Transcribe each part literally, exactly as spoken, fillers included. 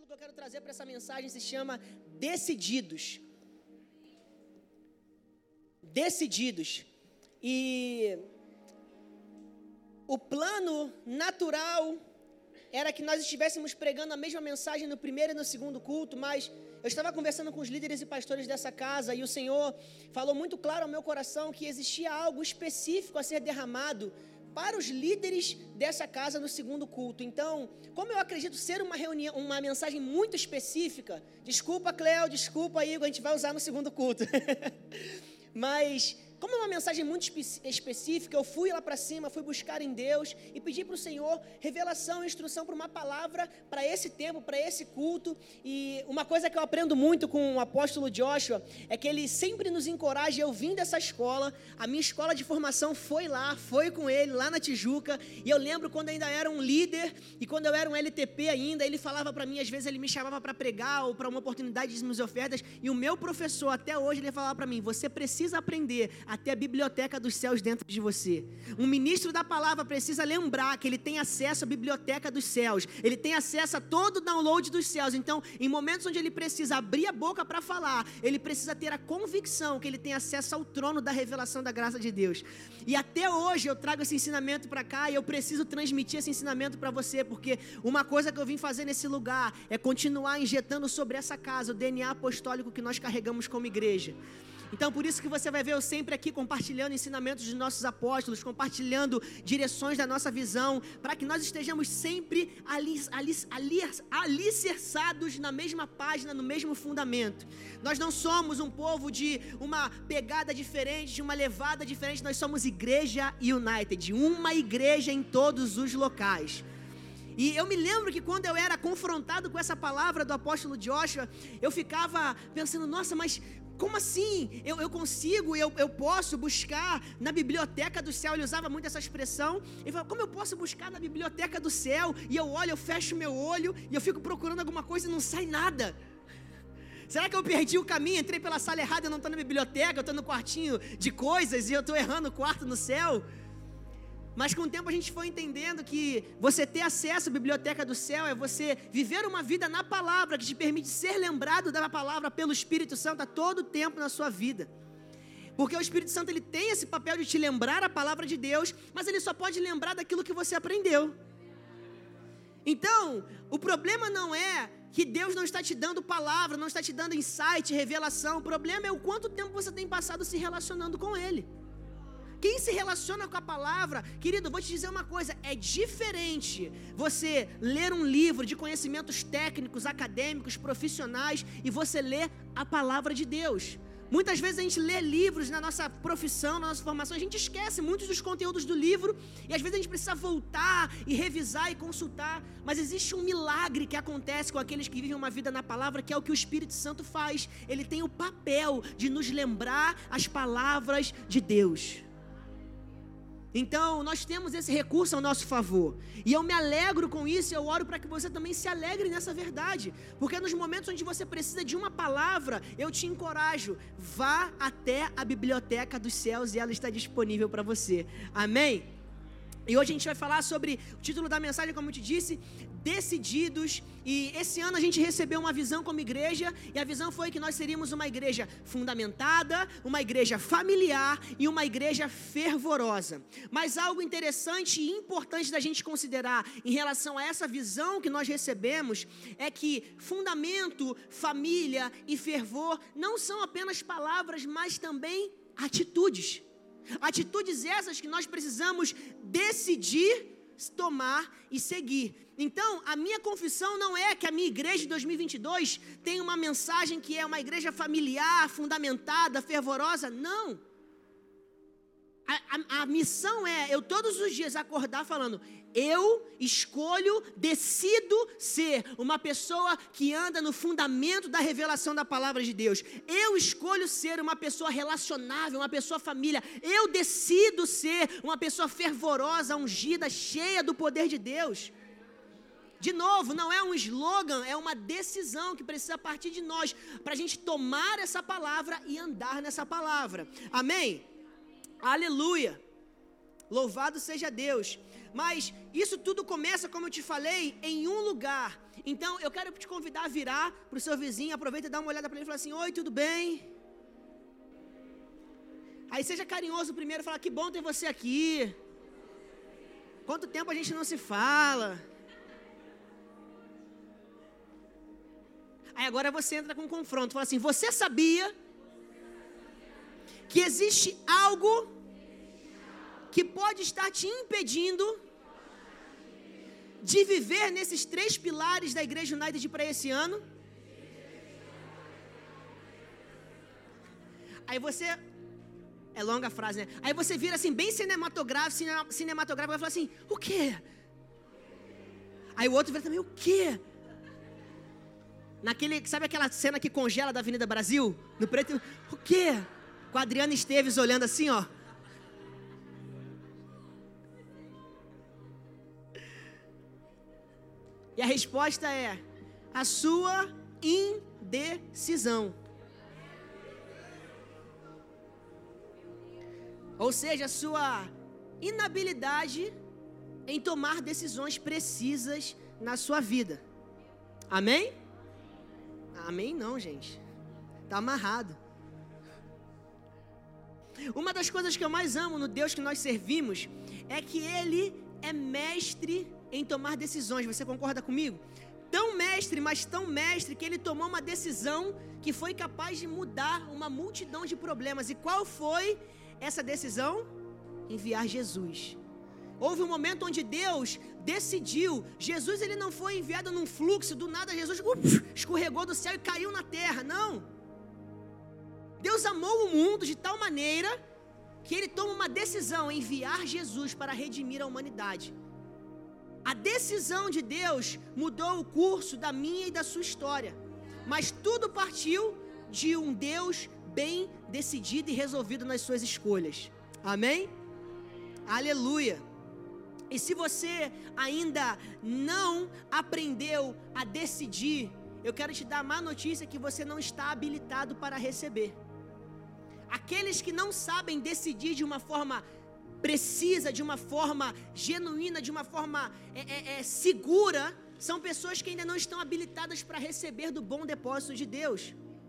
que eu quero trazer para essa mensagem se chama Decididos. Decididos. E o plano natural era que nós estivéssemos pregando a mesma mensagem no primeiro e no segundo culto, mas eu estava conversando com os líderes e pastores dessa casa e o Senhor falou muito claro ao meu coração que existia algo específico a ser derramado para os líderes dessa casa no segundo culto. Então, como eu acredito ser uma reunião, uma mensagem muito específica, desculpa Cleo, desculpa Igor, a gente vai usar no segundo culto, mas como é uma mensagem muito espe- específica, eu fui lá para cima, fui buscar em Deus e pedi para o Senhor revelação, instrução para uma palavra para esse tempo, para esse culto. E uma coisa que eu aprendo muito com o apóstolo Joshua é que ele sempre nos encoraja. Eu vim dessa escola, a minha escola de formação foi lá, foi com ele, lá na Tijuca. E eu lembro quando ainda era um líder e quando eu era um L T P ainda, ele falava para mim, às vezes ele me chamava para pregar ou para uma oportunidade de minhas ofertas. E o meu professor, até hoje, ele falava para mim, você precisa aprender até a biblioteca dos céus dentro de você. Um ministro da palavra precisa lembrar que ele tem acesso à biblioteca dos céus, ele tem acesso a todo o download dos céus. Então, em momentos onde ele precisa abrir a boca para falar, ele precisa ter a convicção que ele tem acesso ao trono da revelação da graça de Deus. E até hoje eu trago esse ensinamento para cá e eu preciso transmitir esse ensinamento para você, porque uma coisa que eu vim fazer nesse lugar é continuar injetando sobre essa casa o D N A apostólico que nós carregamos como igreja. Então, por isso que você vai ver eu sempre aqui compartilhando ensinamentos dos nossos apóstolos, compartilhando direções da nossa visão, para que nós estejamos sempre ali, ali, ali, alicerçados na mesma página, no mesmo fundamento. Nós não somos um povo de uma pegada diferente, de uma levada diferente, nós somos Igreja United, uma igreja em todos os locais. E eu me lembro que quando eu era confrontado com essa palavra do apóstolo Joshua, eu ficava pensando, nossa, mas como assim? Eu, eu consigo, eu, eu posso buscar na biblioteca do céu. Ele usava muito essa expressão. Ele falava, como eu posso buscar na biblioteca do céu? E eu olho, eu fecho meu olho e eu fico procurando alguma coisa e não sai nada. Será que eu perdi o caminho? Entrei pela sala errada, eu não estou na biblioteca, eu estou no quartinho de coisas e eu estou errando o quarto no céu? Mas com o tempo a gente foi entendendo que você ter acesso à biblioteca do céu é você viver uma vida na palavra que te permite ser lembrado da palavra pelo Espírito Santo a todo tempo na sua vida. Porque o Espírito Santo ele tem esse papel de te lembrar a palavra de Deus, mas ele só pode lembrar daquilo que você aprendeu. Então, o problema não é que Deus não está te dando palavra, não está te dando insight, revelação. O problema é o quanto tempo você tem passado se relacionando com Ele. Quem se relaciona com a palavra, querido, vou te dizer uma coisa, é diferente você ler um livro de conhecimentos técnicos, acadêmicos, profissionais e você ler a palavra de Deus. Muitas vezes a gente lê livros na nossa profissão, na nossa formação, a gente esquece muitos dos conteúdos do livro e às vezes a gente precisa voltar e revisar e consultar, mas existe um milagre que acontece com aqueles que vivem uma vida na palavra, que é o que o Espírito Santo faz. Ele tem o papel de nos lembrar as palavras de Deus. Então, nós temos esse recurso ao nosso favor. E eu me alegro com isso, eu oro para que você também se alegre nessa verdade. Porque nos momentos onde você precisa de uma palavra, eu te encorajo, vá até a biblioteca dos céus e ela está disponível para você. Amém? E hoje a gente vai falar sobre o título da mensagem, como eu te disse, Decididos. E esse ano a gente recebeu uma visão como igreja, e a visão foi que nós seríamos uma igreja fundamentada, uma igreja familiar e uma igreja fervorosa. Mas algo interessante e importante da gente considerar em relação a essa visão que nós recebemos é que fundamento, família e fervor não são apenas palavras, mas também atitudes. Atitudes essas que nós precisamos decidir tomar e seguir. Então, a minha confissão não é que a minha igreja de dois mil e vinte e dois tem uma mensagem que é uma igreja familiar, fundamentada, fervorosa. Não. A, a, a missão é eu todos os dias acordar falando, eu escolho, decido ser uma pessoa que anda no fundamento da revelação da palavra de Deus. Eu escolho ser uma pessoa relacionável, uma pessoa família. Eu decido ser uma pessoa fervorosa, ungida, cheia do poder de Deus. De novo, não é um slogan, é uma decisão que precisa partir de nós, para a gente tomar essa palavra e andar nessa palavra. Amém? Aleluia! Louvado seja Deus! Mas isso tudo começa, como eu te falei, em um lugar. Então, eu quero te convidar a virar para o seu vizinho, aproveita e dá uma olhada para ele e fala assim: oi, tudo bem? Aí seja carinhoso primeiro, fala: que bom ter você aqui. Quanto tempo a gente não se fala. Aí agora você entra com um confronto, fala assim: você sabia que existe algo que pode estar te impedindo de viver nesses três pilares da Igreja United para esse ano? Aí você, é longa a frase, né? Aí você vira assim, bem cinematográfico, cinematográfico, vai falar assim: o quê? Aí o outro vira também: o quê? Naquele, sabe aquela cena que congela da Avenida Brasil? No preto, o quê? Com a Adriana Esteves olhando assim, ó. E a resposta é a sua indecisão. Ou seja, a sua inabilidade em tomar decisões precisas na sua vida. Amém? Amém não, gente. Está amarrado. Uma das coisas que eu mais amo no Deus que nós servimos é que Ele é mestre em tomar decisões. Você concorda comigo? Tão mestre, mas tão mestre, que Ele tomou uma decisão que foi capaz de mudar uma multidão de problemas. E qual foi essa decisão? Enviar Jesus. Houve um momento onde Deus decidiu. Jesus, ele não foi enviado num fluxo, do nada Jesus uf, escorregou do céu e caiu na terra, não. Deus amou o mundo de tal maneira que ele toma uma decisão, enviar Jesus para redimir a humanidade. A decisão de Deus mudou o curso da minha e da sua história, mas tudo partiu de um Deus bem decidido e resolvido nas suas escolhas. Amém? Aleluia! E se você ainda não aprendeu a decidir, eu quero te dar a má notícia que você não está habilitado para receber. Aqueles que não sabem decidir de uma forma precisa, de uma forma genuína, de uma forma é, é, é, segura, são pessoas que ainda não estão habilitadas para receber do bom depósito de Deus.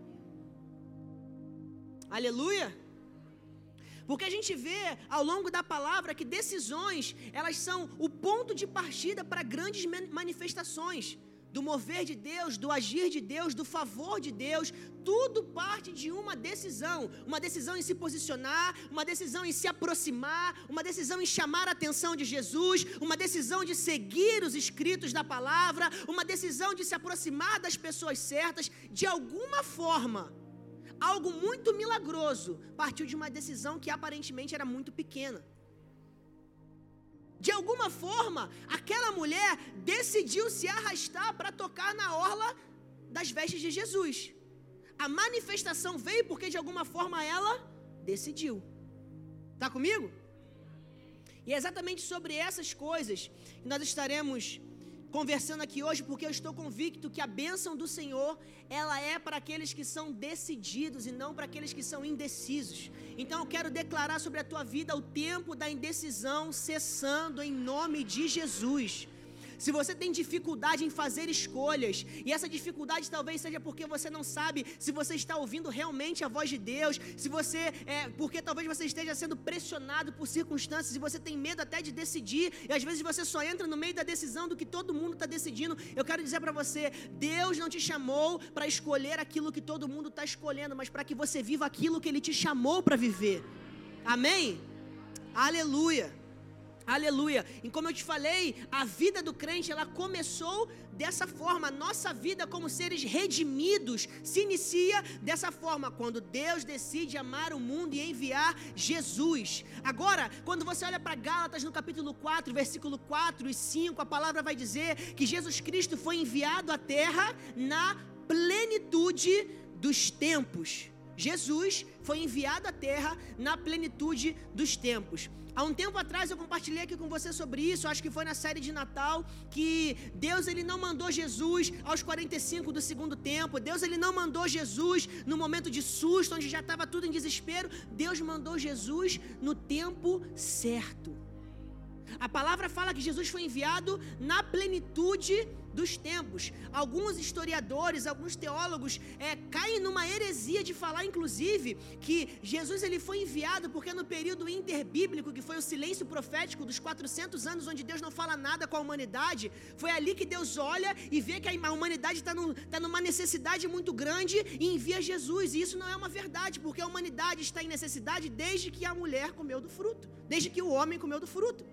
Aleluia! Porque a gente vê ao longo da palavra que decisões, elas são o ponto de partida para grandes manifestações. Do mover de Deus, do agir de Deus, do favor de Deus, tudo parte de uma decisão. Uma decisão em se posicionar, uma decisão em se aproximar, uma decisão em chamar a atenção de Jesus, uma decisão de seguir os escritos da palavra, uma decisão de se aproximar das pessoas certas. De alguma forma, algo muito milagroso partiu de uma decisão que aparentemente era muito pequena. De alguma forma, aquela mulher decidiu se arrastar para tocar na orla das vestes de Jesus. A manifestação veio porque de alguma forma ela decidiu. Está comigo? E é exatamente sobre essas coisas que nós estaremos conversando aqui hoje, porque eu estou convicto que a bênção do Senhor, ela é para aqueles que são decididos e não para aqueles que são indecisos. Então eu quero declarar sobre a tua vida o tempo da indecisão cessando em nome de Jesus. Se você tem dificuldade em fazer escolhas, e essa dificuldade talvez seja porque você não sabe se você está ouvindo realmente a voz de Deus, se você é, porque talvez você esteja sendo pressionado por circunstâncias e você tem medo até de decidir, e às vezes você só entra no meio da decisão do que todo mundo está decidindo. Eu quero dizer para você, Deus não te chamou para escolher aquilo que todo mundo está escolhendo, mas para que você viva aquilo que Ele te chamou para viver. Amém? Aleluia! Aleluia. E como eu te falei, a vida do crente, ela começou dessa forma. A nossa vida como seres redimidos se inicia dessa forma, quando Deus decide amar o mundo e enviar Jesus. Agora, quando você olha para Gálatas no capítulo quatro, versículo quatro e cinco, a palavra vai dizer que Jesus Cristo foi enviado à terra na plenitude dos tempos. Jesus foi enviado à terra na plenitude dos tempos. Há um tempo atrás eu compartilhei aqui com você sobre isso, acho que foi na série de Natal, que Deus ele não mandou Jesus aos quarenta e cinco do segundo tempo, Deus ele não mandou Jesus no momento de susto, onde já estava tudo em desespero. Deus mandou Jesus no tempo certo. A palavra fala que Jesus foi enviado na plenitude dos tempos. Alguns historiadores, alguns teólogos é, caem numa heresia de falar, inclusive, que Jesus ele foi enviado porque no período interbíblico, que foi o silêncio profético dos quatrocentos anos, onde Deus não fala nada com a humanidade, foi ali que Deus olha e vê que a humanidade está num, tá numa necessidade muito grande e envia Jesus. E isso não é uma verdade, porque a humanidade está em necessidade desde que a mulher comeu do fruto, desde que o homem comeu do fruto.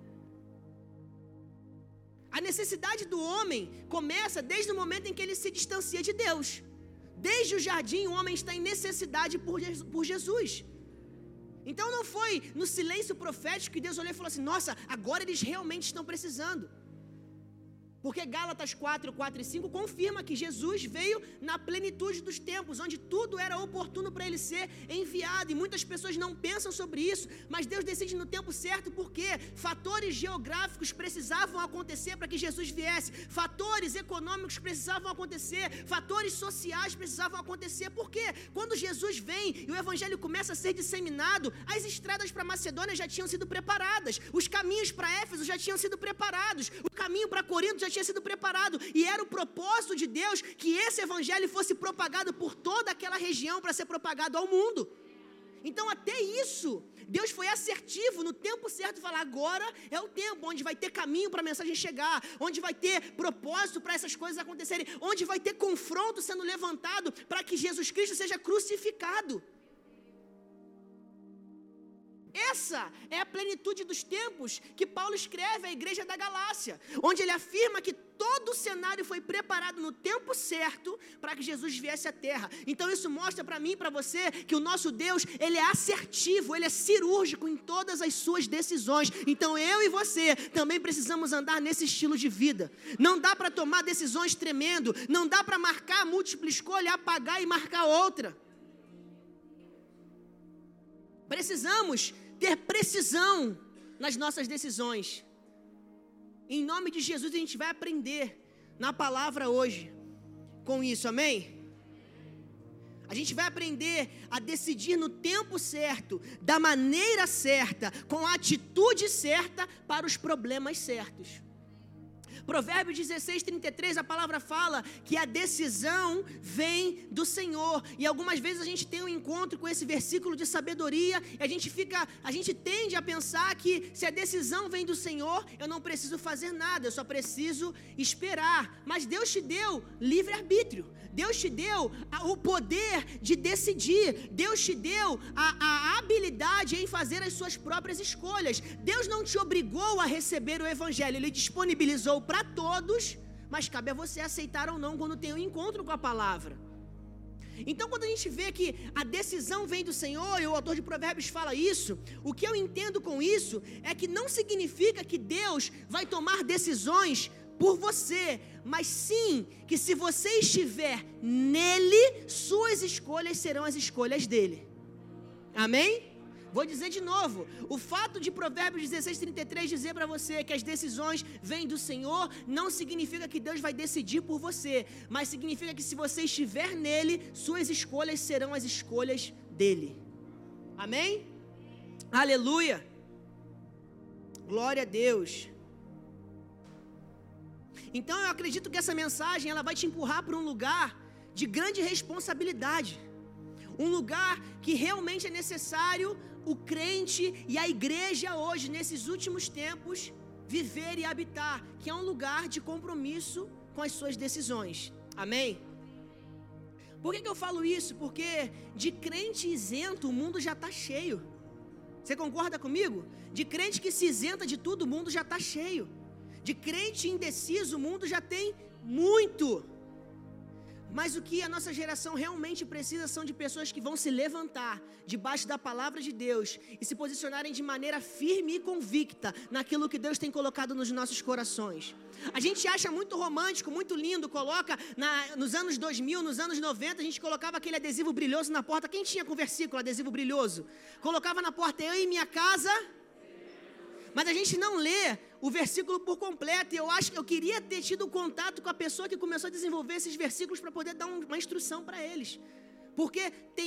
A necessidade do homem começa desde o momento em que ele se distancia de Deus. Desde o jardim, o homem está em necessidade por Jesus. Então não foi no silêncio profético que Deus olhou e falou assim: nossa, agora eles realmente estão precisando. Porque Gálatas quatro, quatro e cinco confirma que Jesus veio na plenitude dos tempos, onde tudo era oportuno para ele ser enviado. E muitas pessoas não pensam sobre isso, mas Deus decide no tempo certo, porque fatores geográficos precisavam acontecer para que Jesus viesse, fatores econômicos precisavam acontecer, fatores sociais precisavam acontecer. Por quê? Quando Jesus vem e o evangelho começa a ser disseminado, as estradas para Macedônia já tinham sido preparadas, os caminhos para Éfeso já tinham sido preparados, o caminho para Corinto já tinha sido preparado, e era o propósito de Deus que esse evangelho fosse propagado por toda aquela região para ser propagado ao mundo. Então até isso, Deus foi assertivo no tempo certo, falar: agora é o tempo onde vai ter caminho para a mensagem chegar, onde vai ter propósito para essas coisas acontecerem, onde vai ter confronto sendo levantado para que Jesus Cristo seja crucificado. Essa é a plenitude dos tempos que Paulo escreve à igreja da Galácia, onde ele afirma que todo o cenário foi preparado no tempo certo para que Jesus viesse à terra. Então isso mostra para mim e para você que o nosso Deus, ele é assertivo, ele é cirúrgico em todas as suas decisões. Então eu e você também precisamos andar nesse estilo de vida. Não dá para tomar decisões tremendo, não dá para marcar a múltipla escolha, apagar e marcar outra. Precisamos ter precisão nas nossas decisões. Em nome de Jesus a gente vai aprender na palavra hoje com isso, amém? A gente vai aprender a decidir no tempo certo, da maneira certa, com a atitude certa para os problemas certos. Provérbios dezesseis, trinta e três, a palavra fala que a decisão vem do Senhor. E algumas vezes a gente tem um encontro com esse versículo de sabedoria e a gente fica, a gente tende a pensar que se a decisão vem do Senhor, eu não preciso fazer nada, eu só preciso esperar. Mas Deus te deu livre-arbítrio. Deus te deu o poder de decidir. Deus te deu a, a habilidade em fazer as suas próprias escolhas. Deus não te obrigou a receber o evangelho, Ele disponibilizou para todos, mas cabe a você aceitar ou não quando tem um encontro com a palavra. Então quando a gente vê que a decisão vem do Senhor, e o autor de Provérbios fala isso, o que eu entendo com isso é que não significa que Deus vai tomar decisões por você, mas sim que se você estiver nele, suas escolhas serão as escolhas dele. Amém? Vou dizer de novo, o fato de Provérbios dezesseis, trinta e três dizer para você que as decisões vêm do Senhor, não significa que Deus vai decidir por você, mas significa que se você estiver nele, suas escolhas serão as escolhas dele. Amém? Aleluia! Glória a Deus! Então eu acredito que essa mensagem ela vai te empurrar para um lugar de grande responsabilidade, um lugar que realmente é necessário o crente e a igreja hoje, nesses últimos tempos, viver e habitar, que é um lugar de compromisso com as suas decisões. Amém? Por que que eu falo isso? Porque de crente isento o mundo já está cheio. Você concorda comigo? De crente que se isenta de tudo, o mundo já está cheio. De crente indeciso, o mundo já tem muito. Mas o que a nossa geração realmente precisa são de pessoas que vão se levantar debaixo da palavra de Deus e se posicionarem de maneira firme e convicta naquilo que Deus tem colocado nos nossos corações. A gente acha muito romântico, muito lindo, coloca na, nos anos dois mil, nos anos noventa, a gente colocava aquele adesivo brilhoso na porta. Quem tinha com versículo, adesivo brilhoso? Colocava na porta: eu e minha casa. Mas a gente não lê o versículo por completo. E eu acho que eu queria ter tido contato com a pessoa que começou a desenvolver esses versículos para poder dar uma instrução para eles. Porque tem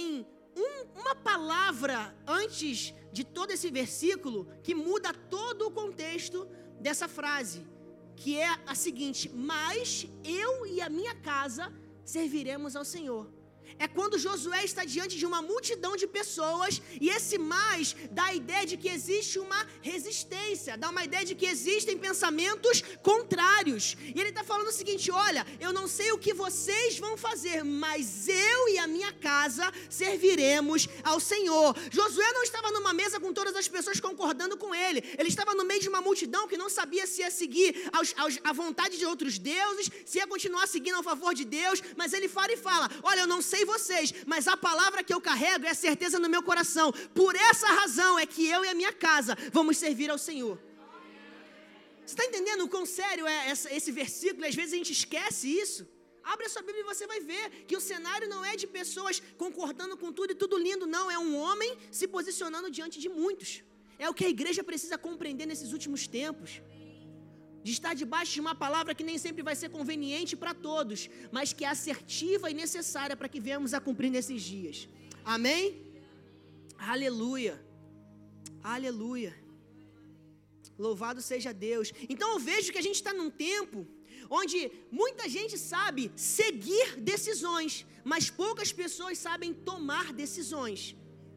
um, uma palavra antes de todo esse versículo que muda todo o contexto dessa frase, que é a seguinte: mas eu e a minha casa serviremos ao Senhor. É quando Josué está diante de uma multidão de pessoas, e esse mais dá a ideia de que existe uma resistência, dá uma ideia de que existem pensamentos contrários. E ele está falando o seguinte: olha, eu não sei o que vocês vão fazer, mas eu e a minha casa serviremos ao Senhor. Josué não estava numa mesa com todas as pessoas concordando com ele, ele estava no meio de uma multidão que não sabia se ia seguir aos, aos, a vontade de outros deuses, se ia continuar seguindo ao favor de Deus, mas ele fala e fala: olha, eu não sei vocês, mas a palavra que eu carrego é a certeza no meu coração. Por essa razão é que eu e a minha casa vamos servir ao Senhor. Você está entendendo o quão sério é essa, esse versículo? Às vezes a gente esquece isso. Abre a sua Bíblia e você vai ver que o cenário não é de pessoas concordando com tudo e tudo lindo, não. É um homem se posicionando diante de muitos. É o que a igreja precisa compreender nesses últimos tempos. De estar debaixo de uma palavra que nem sempre vai ser conveniente para todos, mas que é assertiva e necessária para que venhamos a cumprir nesses dias. Amém? Aleluia. Aleluia. Louvado seja Deus. Então eu vejo que a gente está num tempo onde muita gente sabe seguir decisões, mas poucas pessoas sabem tomar decisões.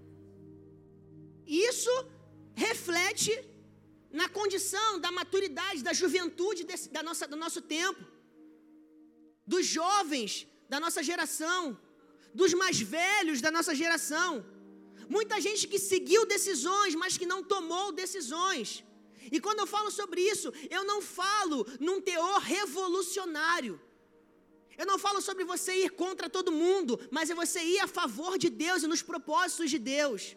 Isso reflete na condição da maturidade, da juventude desse, da nossa, do nosso tempo, dos jovens da nossa geração, dos mais velhos da nossa geração. Muita gente que seguiu decisões, mas que não tomou decisões. E quando eu falo sobre isso, eu não falo num teor revolucionário. Eu não falo sobre você ir contra todo mundo, mas é você ir a favor de Deus e nos propósitos de Deus.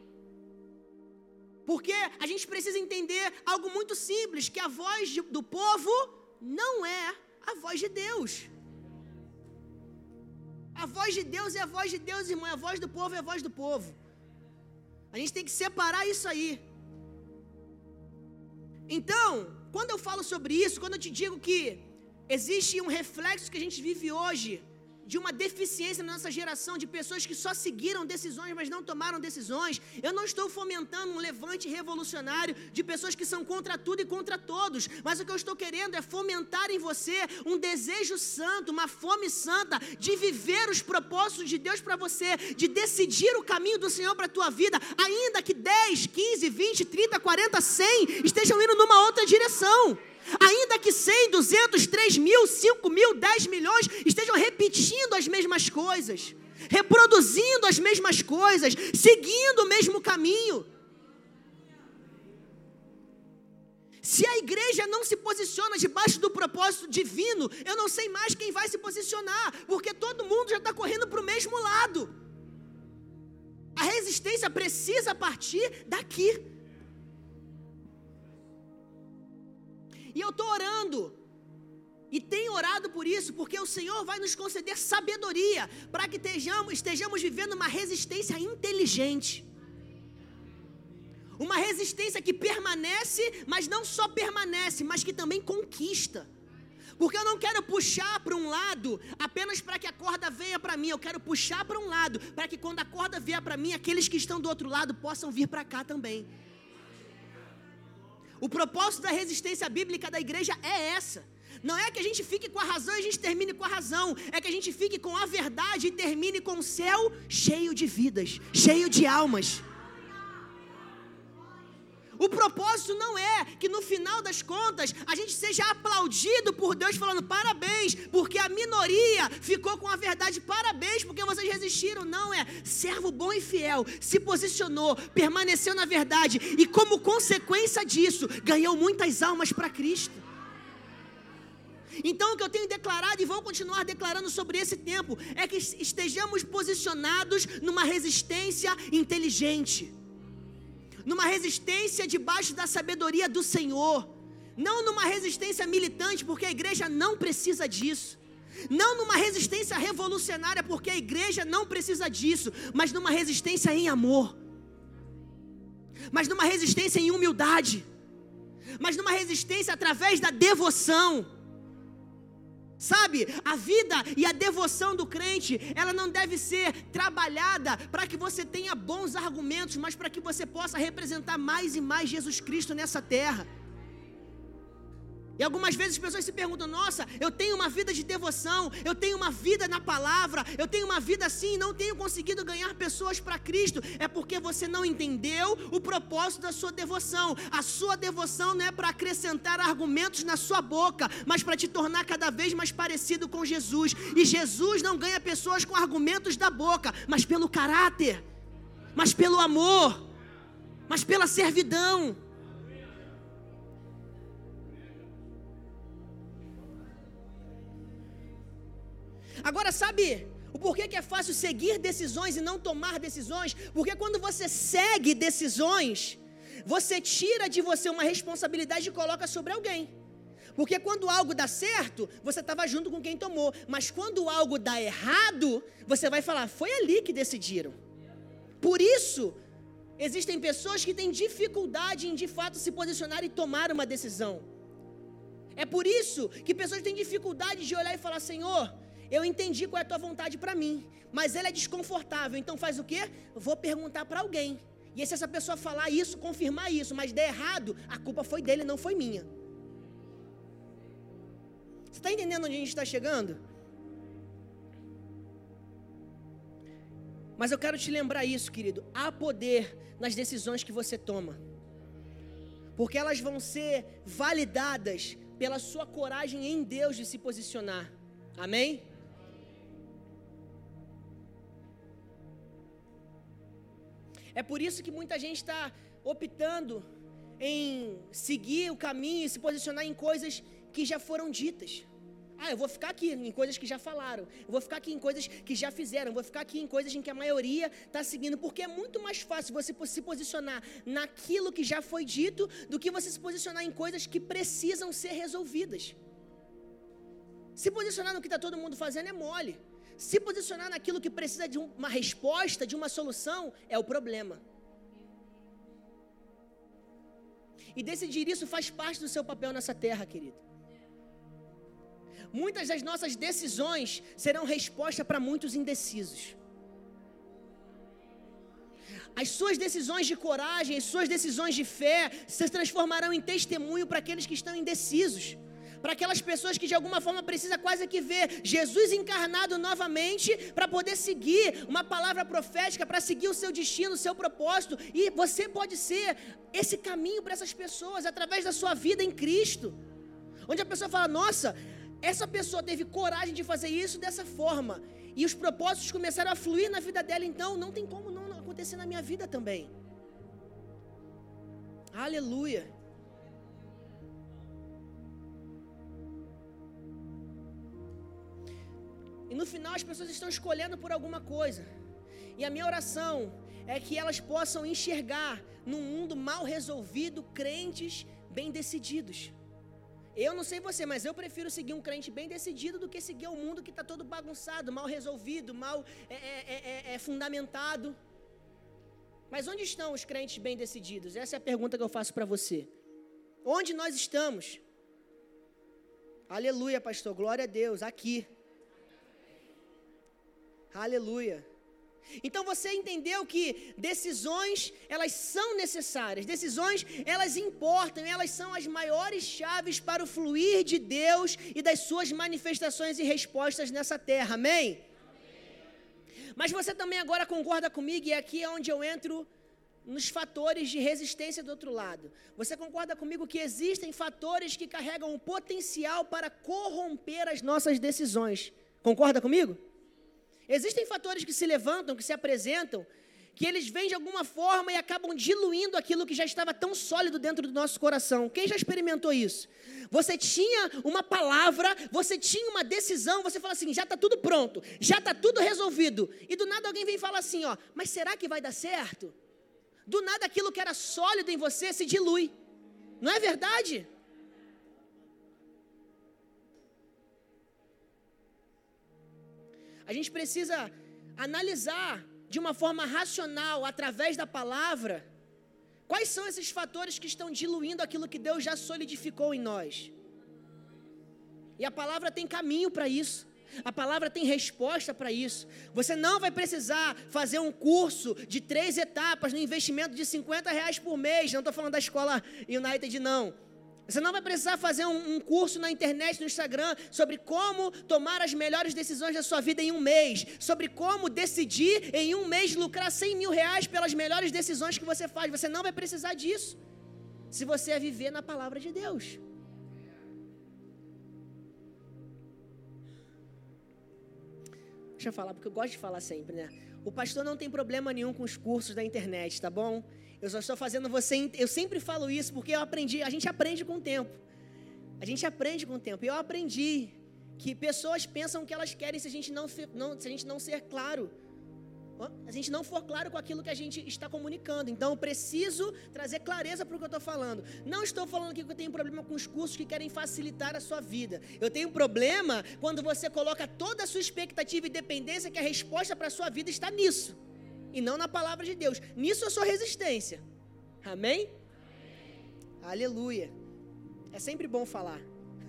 Porque a gente precisa entender algo muito simples, que a voz de, do povo não é a voz de Deus. A voz de Deus é a voz de Deus, irmão, a voz do povo é a voz do povo. A gente tem que separar isso aí. Então, quando eu falo sobre isso, quando eu te digo que existe um reflexo que a gente vive hoje, de uma deficiência na nossa geração, de pessoas que só seguiram decisões, mas não tomaram decisões, eu não estou fomentando um levante revolucionário de pessoas que são contra tudo e contra todos, mas o que eu estou querendo é fomentar em você um desejo santo, uma fome santa, de viver os propósitos de Deus para você, de decidir o caminho do Senhor para a tua vida, ainda que dez, quinze, vinte, trinta, quarenta, cem estejam indo numa outra direção. Ainda que cem, duzentos, três mil, cinco mil, dez milhões estejam repetindo as mesmas coisas, reproduzindo as mesmas coisas, seguindo o mesmo caminho. Se a igreja não se posiciona debaixo do propósito divino, eu não sei mais quem vai se posicionar, porque todo mundo já está correndo para o mesmo lado. A resistência precisa partir daqui. E eu estou orando, e tenho orado por isso, porque o Senhor vai nos conceder sabedoria, para que estejamos, estejamos vivendo uma resistência inteligente. Uma resistência que permanece, mas não só permanece, mas que também conquista. Porque eu não quero puxar para um lado, apenas para que a corda venha para mim, eu quero puxar para um lado, para que quando a corda vier para mim, aqueles que estão do outro lado possam vir para cá também. O propósito da resistência bíblica da igreja é essa. Não é que a gente fique com a razão e a gente termine com a razão. É que a gente fique com a verdade e termine com o céu cheio de vidas, cheio de almas. O propósito não é que no final das contas a gente seja aplaudido por Deus falando parabéns, porque a minoria ficou com a verdade, parabéns porque vocês resistiram. Não, é servo bom e fiel, se posicionou, permaneceu na verdade e como consequência disso ganhou muitas almas para Cristo. Então o que eu tenho declarado e vou continuar declarando sobre esse tempo é que estejamos posicionados numa resistência inteligente, numa resistência debaixo da sabedoria do Senhor, não numa resistência militante, porque a igreja não precisa disso, não numa resistência revolucionária, porque a igreja não precisa disso, mas numa resistência em amor, mas numa resistência em humildade, mas numa resistência através da devoção. Sabe, a vida e a devoção do crente, ela não deve ser trabalhada para que você tenha bons argumentos, mas para que você possa representar mais e mais Jesus Cristo nessa terra. E algumas vezes as pessoas se perguntam, nossa, eu tenho uma vida de devoção, eu tenho uma vida na palavra, eu tenho uma vida assim e não tenho conseguido ganhar pessoas para Cristo. É porque você não entendeu o propósito da sua devoção. A sua devoção não é para acrescentar argumentos na sua boca, mas para te tornar cada vez mais parecido com Jesus. E Jesus não ganha pessoas com argumentos da boca, mas pelo caráter, mas pelo amor, mas pela servidão. Agora, sabe o porquê que é fácil seguir decisões e não tomar decisões? Porque quando você segue decisões, você tira de você uma responsabilidade e coloca sobre alguém. Porque quando algo dá certo, você estava junto com quem tomou. Mas quando algo dá errado, você vai falar, foi ali que decidiram. Por isso, existem pessoas que têm dificuldade em de fato se posicionar e tomar uma decisão. É por isso que pessoas têm dificuldade de olhar e falar, Senhor, eu entendi qual é a tua vontade para mim, mas ela é desconfortável, então faz o quê? Eu vou perguntar para alguém. E se essa pessoa falar isso, confirmar isso, mas der errado, a culpa foi dele, não foi minha. Você está entendendo onde a gente está chegando? Mas eu quero te lembrar isso, querido. Há poder nas decisões que você toma, porque elas vão ser validadas pela sua coragem em Deus de se posicionar. Amém? É por isso que muita gente está optando em seguir o caminho e se posicionar em coisas que já foram ditas. Ah, eu vou ficar aqui em coisas que já falaram, eu vou ficar aqui em coisas que já fizeram, eu vou ficar aqui em coisas em que a maioria está seguindo, porque é muito mais fácil você se posicionar naquilo que já foi dito do que você se posicionar em coisas que precisam ser resolvidas. Se posicionar no que está todo mundo fazendo é mole. Se posicionar naquilo que precisa de uma resposta, de uma solução, é o problema. E decidir isso faz parte do seu papel nessa terra, querido. Muitas das nossas decisões serão resposta para muitos indecisos. As suas decisões de coragem, as suas decisões de fé se transformarão em testemunho para aqueles que estão indecisos. Para aquelas pessoas que de alguma forma precisam quase que ver Jesus encarnado novamente para poder seguir uma palavra profética, para seguir o seu destino, o seu propósito. E você pode ser esse caminho para essas pessoas através da sua vida em Cristo. Onde a pessoa fala, nossa, essa pessoa teve coragem de fazer isso dessa forma. E os propósitos começaram a fluir na vida dela, então não tem como não acontecer na minha vida também. Aleluia. E no final as pessoas estão escolhendo por alguma coisa. E a minha oração é que elas possam enxergar num mundo mal resolvido crentes bem decididos. Eu não sei você, mas eu prefiro seguir um crente bem decidido do que seguir um mundo que está todo bagunçado, mal resolvido, mal é, é, é, é fundamentado. Mas onde estão os crentes bem decididos? Essa é a pergunta que eu faço para você. Onde nós estamos? Aleluia, pastor, glória a Deus, aqui. Aleluia. Então você entendeu que decisões, elas são necessárias, decisões, elas importam, elas são as maiores chaves para o fluir de Deus e das suas manifestações e respostas nessa terra, amém? Amém. Mas você também agora concorda comigo, e aqui é onde eu entro nos fatores de resistência do outro lado. Você concorda comigo que existem fatores que carregam o potencial para corromper as nossas decisões? Concorda comigo? Existem fatores que se levantam, que se apresentam, que eles vêm de alguma forma e acabam diluindo aquilo que já estava tão sólido dentro do nosso coração. Quem já experimentou isso? Você tinha uma palavra, você tinha uma decisão, você fala assim, já está tudo pronto, já está tudo resolvido. E do nada alguém vem e fala assim, ó, mas será que vai dar certo? Do nada aquilo que era sólido em você se dilui. Não é verdade? A gente precisa analisar de uma forma racional, através da palavra, quais são esses fatores que estão diluindo aquilo que Deus já solidificou em nós. E a palavra tem caminho para isso. A palavra tem resposta para isso. Você não vai precisar fazer um curso de três etapas no investimento de cinquenta reais por mês. Não estou falando da escola United, não. Você não vai precisar fazer um, um curso na internet, no Instagram, sobre como tomar as melhores decisões da sua vida em um mês. Sobre como decidir em um mês lucrar cem mil reais pelas melhores decisões que você faz. Você não vai precisar disso, se você é viver na palavra de Deus. Deixa eu falar, porque eu gosto de falar sempre, né? O pastor não tem problema nenhum com os cursos da internet, tá bom? Eu só estou fazendo você... Eu sempre falo isso porque eu aprendi... A gente aprende com o tempo. A gente aprende com o tempo. E eu aprendi que pessoas pensam o que elas querem se a gente não, não, se a gente não ser claro. A gente não for claro com aquilo que a gente está comunicando. Então, eu preciso trazer clareza para o que eu estou falando. Não estou falando aqui que eu tenho problema com os cursos que querem facilitar a sua vida. Eu tenho problema quando você coloca toda a sua expectativa e dependência que a resposta para a sua vida está nisso. E não na palavra de Deus. Nisso eu sou resistência. Amém? Amém. Aleluia. É sempre bom falar.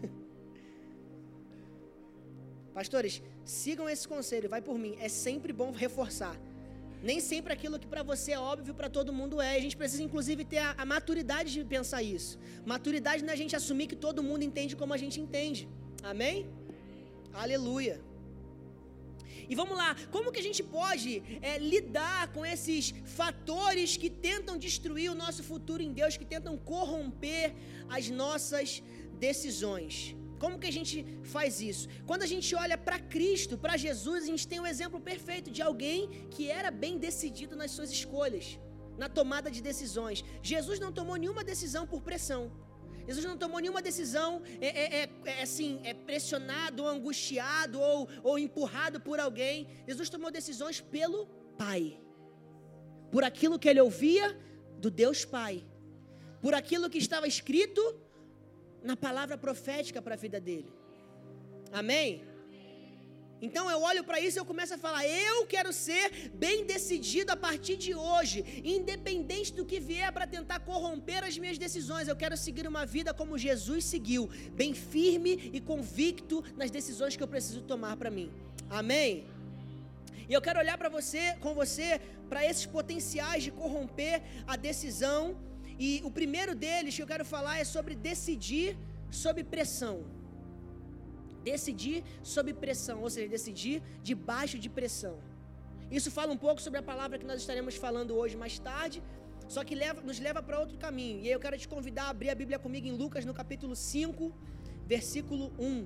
Pastores, sigam esse conselho, vai por mim. É sempre bom reforçar. Nem sempre aquilo que para você é óbvio, para todo mundo é. A gente precisa, inclusive, ter a, a maturidade de pensar isso. Maturidade não é a gente assumir que todo mundo entende como a gente entende. Amém? Aleluia. E vamos lá, como que a gente pode é, lidar com esses fatores que tentam destruir o nosso futuro em Deus, que tentam corromper as nossas decisões? Como que a gente faz isso? Quando a gente olha para Cristo, para Jesus, a gente tem um exemplo perfeito de alguém que era bem decidido nas suas escolhas, na tomada de decisões. Jesus não tomou nenhuma decisão por pressão. Jesus não tomou nenhuma decisão é, é, é, é, assim, é pressionado, ou angustiado, ou, ou empurrado por alguém. Jesus tomou decisões pelo Pai, por aquilo que ele ouvia do Deus Pai, por aquilo que estava escrito na palavra profética para a vida dele. Amém? Então eu olho para isso e eu começo a falar, eu quero ser bem decidido a partir de hoje, independente do que vier para tentar corromper as minhas decisões. Eu quero seguir uma vida como Jesus seguiu, bem firme e convicto nas decisões que eu preciso tomar para mim. Amém? E eu quero olhar para você, com você, para esses potenciais de corromper a decisão. E o primeiro deles que eu quero falar é sobre decidir sob pressão. Decidir sob pressão, ou seja, decidir debaixo de pressão. Isso fala um pouco sobre a palavra que nós estaremos falando hoje mais tarde, só que leva, nos leva para outro caminho. E aí eu quero te convidar a abrir a Bíblia comigo em Lucas, no capítulo cinco, versículo um.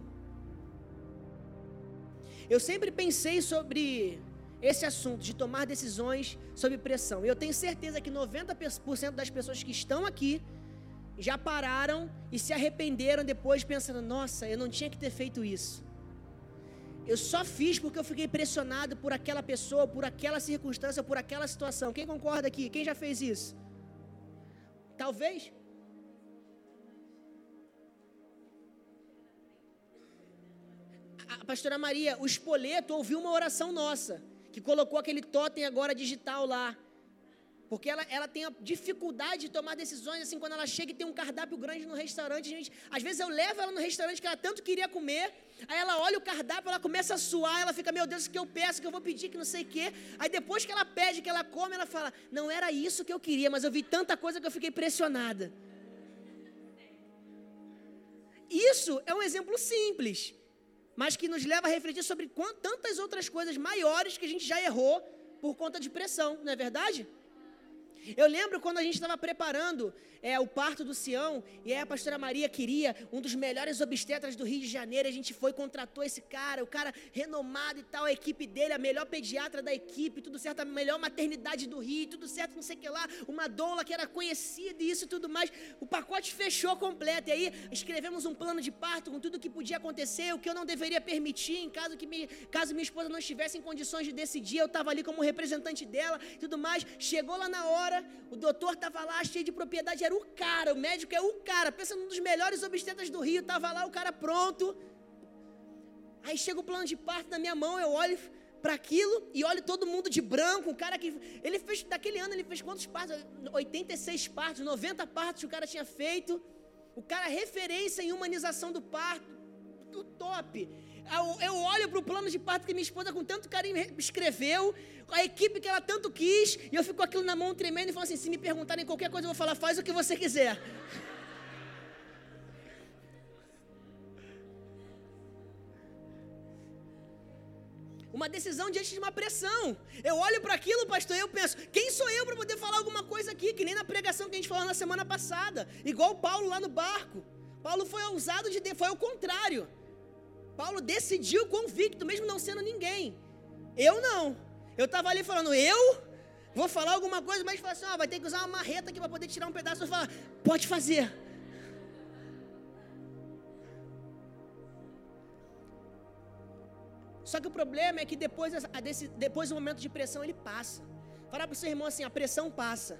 Eu sempre pensei sobre esse assunto de tomar decisões sob pressão. E eu tenho certeza que noventa por cento das pessoas que estão aqui já pararam e se arrependeram depois pensando, nossa, eu não tinha que ter feito isso. Eu só fiz porque eu fiquei pressionado por aquela pessoa, por aquela circunstância, por aquela situação. Quem concorda aqui? Quem já fez isso? Talvez. A pastora Maria, o Espoleto ouviu uma oração nossa, que colocou aquele totem agora digital lá. Porque ela, ela tem a dificuldade de tomar decisões, assim, quando ela chega e tem um cardápio grande no restaurante, gente, às vezes eu levo ela no restaurante que ela tanto queria comer, aí ela olha o cardápio, ela começa a suar, ela fica, meu Deus, o que eu peço, o que eu vou pedir, que não sei o quê, aí depois que ela pede, que ela come, ela fala, não era isso que eu queria, mas eu vi tanta coisa que eu fiquei pressionada. Isso é um exemplo simples, mas que nos leva a refletir sobre quantas, tantas outras coisas maiores que a gente já errou por conta de pressão, não é verdade? Eu lembro quando a gente estava preparando é, o parto do Sião, e aí a pastora Maria queria um dos melhores obstetras do Rio de Janeiro, a gente foi, contratou esse cara, o cara renomado e tal, a equipe dele, a melhor pediatra da equipe, tudo certo, a melhor maternidade do Rio, tudo certo, não sei o que lá, uma doula que era conhecida e isso e tudo mais, o pacote fechou completo, e aí escrevemos um plano de parto com tudo o que podia acontecer, o que eu não deveria permitir, em caso, que me, caso minha esposa não estivesse em condições de decidir, eu estava ali como representante dela, tudo mais, chegou lá na hora, o doutor estava lá cheio de propriedade, era o cara, o médico é o cara, pensa num dos melhores obstetras do Rio, estava lá o cara pronto, aí chega o plano de parto na minha mão, eu olho para aquilo e olho todo mundo de branco, o cara que, ele fez, daquele ano ele fez quantos partos? oitenta e seis partos, noventa partos o cara tinha feito, o cara referência em humanização do parto, muito top. Eu, eu olho para o plano de parto que minha esposa com tanto carinho escreveu, a equipe que ela tanto quis, e eu fico com aquilo na mão tremendo e falo assim, se me perguntarem qualquer coisa eu vou falar, faz o que você quiser. Uma decisão diante de uma pressão. Eu olho para aquilo, pastor, e eu penso, quem sou eu para poder falar alguma coisa aqui? Que nem na pregação que a gente falou na semana passada. Igual o Paulo lá no barco. Paulo foi ousado, de, foi ao contrário. Paulo decidiu convicto, mesmo não sendo ninguém. Eu não. Eu estava ali falando, eu vou falar alguma coisa, mas fala assim, ó, vai ter que usar uma marreta aqui para poder tirar um pedaço. Eu falo, pode fazer. Só que o problema é que depois, a desse, depois do momento de pressão, ele passa. Fala para o seu irmão assim, a pressão passa.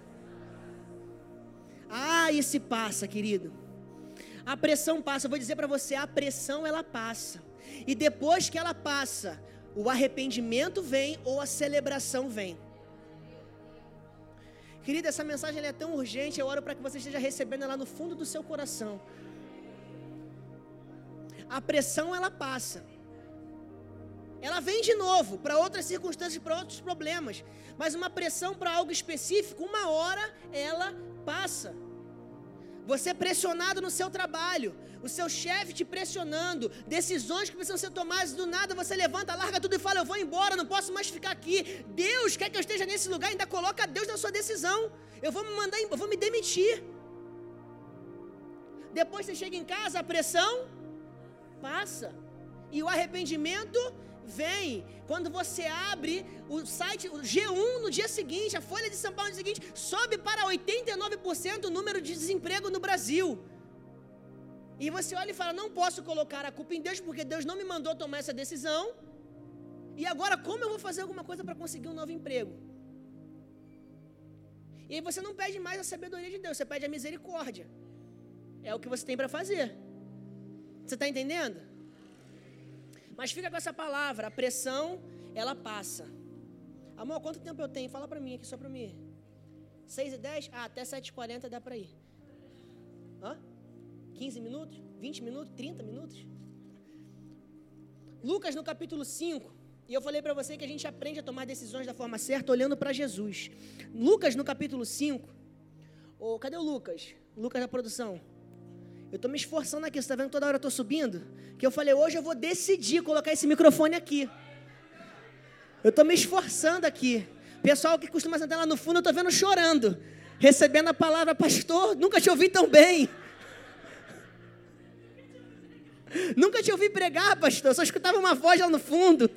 Ah, e se passa, querido. A pressão passa, eu vou dizer para você, a pressão ela passa. E depois que ela passa, o arrependimento vem ou a celebração vem. Querida, essa mensagem ela é tão urgente, eu oro para que você esteja recebendo ela no fundo do seu coração. A pressão ela passa. Ela vem de novo para outras circunstâncias, para outros problemas. Mas uma pressão para algo específico, uma hora ela passa. Você pressionado no seu trabalho, o seu chefe te pressionando, decisões que precisam ser tomadas, do nada você levanta, larga tudo e fala, eu vou embora, não posso mais ficar aqui. Deus quer que eu esteja nesse lugar, ainda coloca Deus na sua decisão. Eu vou me mandar, eu vou me demitir. Depois você chega em casa, a pressão passa. E o arrependimento vem. Quando você abre o site, o G um no dia seguinte, a Folha de São Paulo no dia seguinte, sobe para oitenta e nove por cento o número de desemprego no Brasil. E você olha e fala, não posso colocar a culpa em Deus, porque Deus não me mandou tomar essa decisão. E agora como eu vou fazer alguma coisa para conseguir um novo emprego? E aí você não pede mais a sabedoria de Deus, você pede a misericórdia. É o que você tem para fazer. Você está entendendo? Mas fica com essa palavra, a pressão, ela passa. Amor, quanto tempo eu tenho? Fala para mim aqui, só para mim. seis e dez? Ah, até sete e quarenta dá para ir. Hã? quinze minutos? vinte minutos? trinta minutos? Lucas no capítulo cinco, e eu falei para você que a gente aprende a tomar decisões da forma certa olhando para Jesus. Lucas no capítulo cinco, oh, cadê o Lucas? Lucas da produção. Eu estou me esforçando aqui, você está vendo que toda hora eu estou subindo? Que eu falei, hoje eu vou decidir colocar esse microfone aqui. Eu estou me esforçando aqui. Pessoal que costuma sentar lá no fundo, eu estou vendo chorando. Recebendo a palavra, pastor, nunca te ouvi tão bem. Nunca te ouvi pregar, pastor, só escutava uma voz lá no fundo.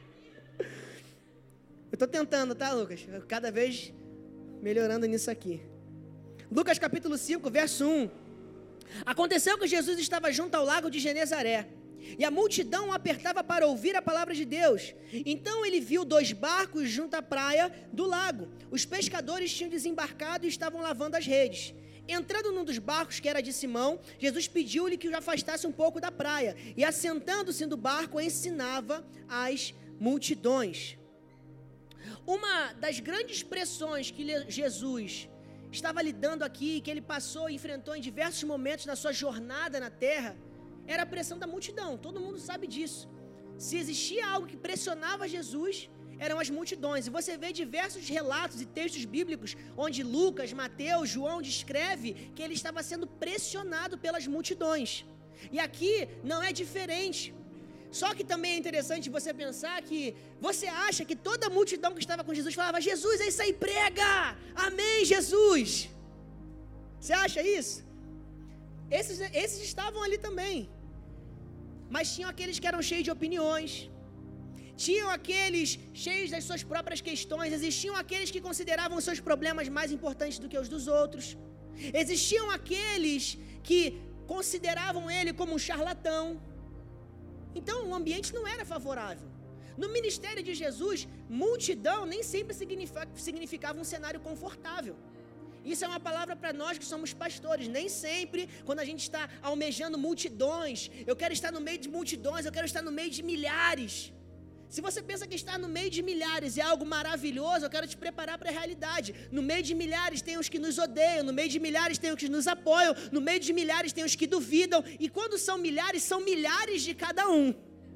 Eu estou tentando, tá, Lucas? Cada vez melhorando nisso aqui. Lucas capítulo cinco, verso um. Aconteceu que Jesus estava junto ao lago de Genezaré, e a multidão o apertava para ouvir a palavra de Deus. Então ele viu dois barcos junto à praia do lago. Os pescadores tinham desembarcado e estavam lavando as redes. Entrando num dos barcos, que era de Simão, Jesus pediu-lhe que o afastasse um pouco da praia, e assentando-se no barco, ensinava as multidões. Uma das grandes pressões que Jesus estava lidando aqui, que ele passou e enfrentou em diversos momentos na sua jornada na terra, era a pressão da multidão. Todo mundo sabe disso. Se existia algo que pressionava Jesus, eram as multidões. E você vê diversos relatos e textos bíblicos onde Lucas, Mateus, João descreve que ele estava sendo pressionado pelas multidões. E aqui não é diferente. Só que também é interessante você pensar que você acha que toda a multidão que estava com Jesus falava, Jesus, é isso aí, prega! Amém, Jesus! Você acha isso? Esses, esses estavam ali também. Mas tinham aqueles que eram cheios de opiniões. Tinham aqueles cheios das suas próprias questões. Existiam aqueles que consideravam os seus problemas mais importantes do que os dos outros. Existiam aqueles que consideravam ele como um charlatão. Então, o ambiente não era favorável. No ministério de Jesus, multidão nem sempre significa, significava um cenário confortável. Isso é uma palavra para nós que somos pastores. Nem sempre, quando a gente está almejando multidões, eu quero estar no meio de multidões, eu quero estar no meio de milhares. Se você pensa que estar no meio de milhares é algo maravilhoso, eu quero te preparar para a realidade. No meio de milhares tem os que nos odeiam, no meio de milhares tem os que nos apoiam, no meio de milhares tem os que duvidam, e quando são milhares, são milhares de cada um.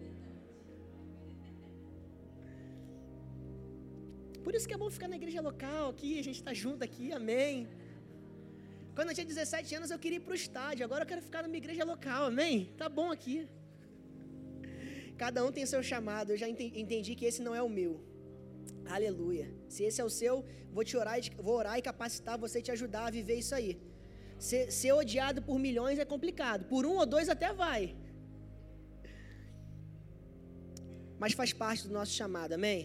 Por isso que é bom ficar na igreja local aqui, a gente está junto aqui, amém. Quando eu tinha dezessete anos eu queria ir para o estádio, agora eu quero ficar numa igreja local, amém? Tá bom aqui. Cada um tem seu chamado, eu já entendi que esse não é o meu. Aleluia. Se esse é o seu, vou te orar, vou orar e capacitar você e te ajudar a viver isso aí. Ser, ser odiado por milhões é complicado, por um ou dois até vai. Mas faz parte do nosso chamado, amém?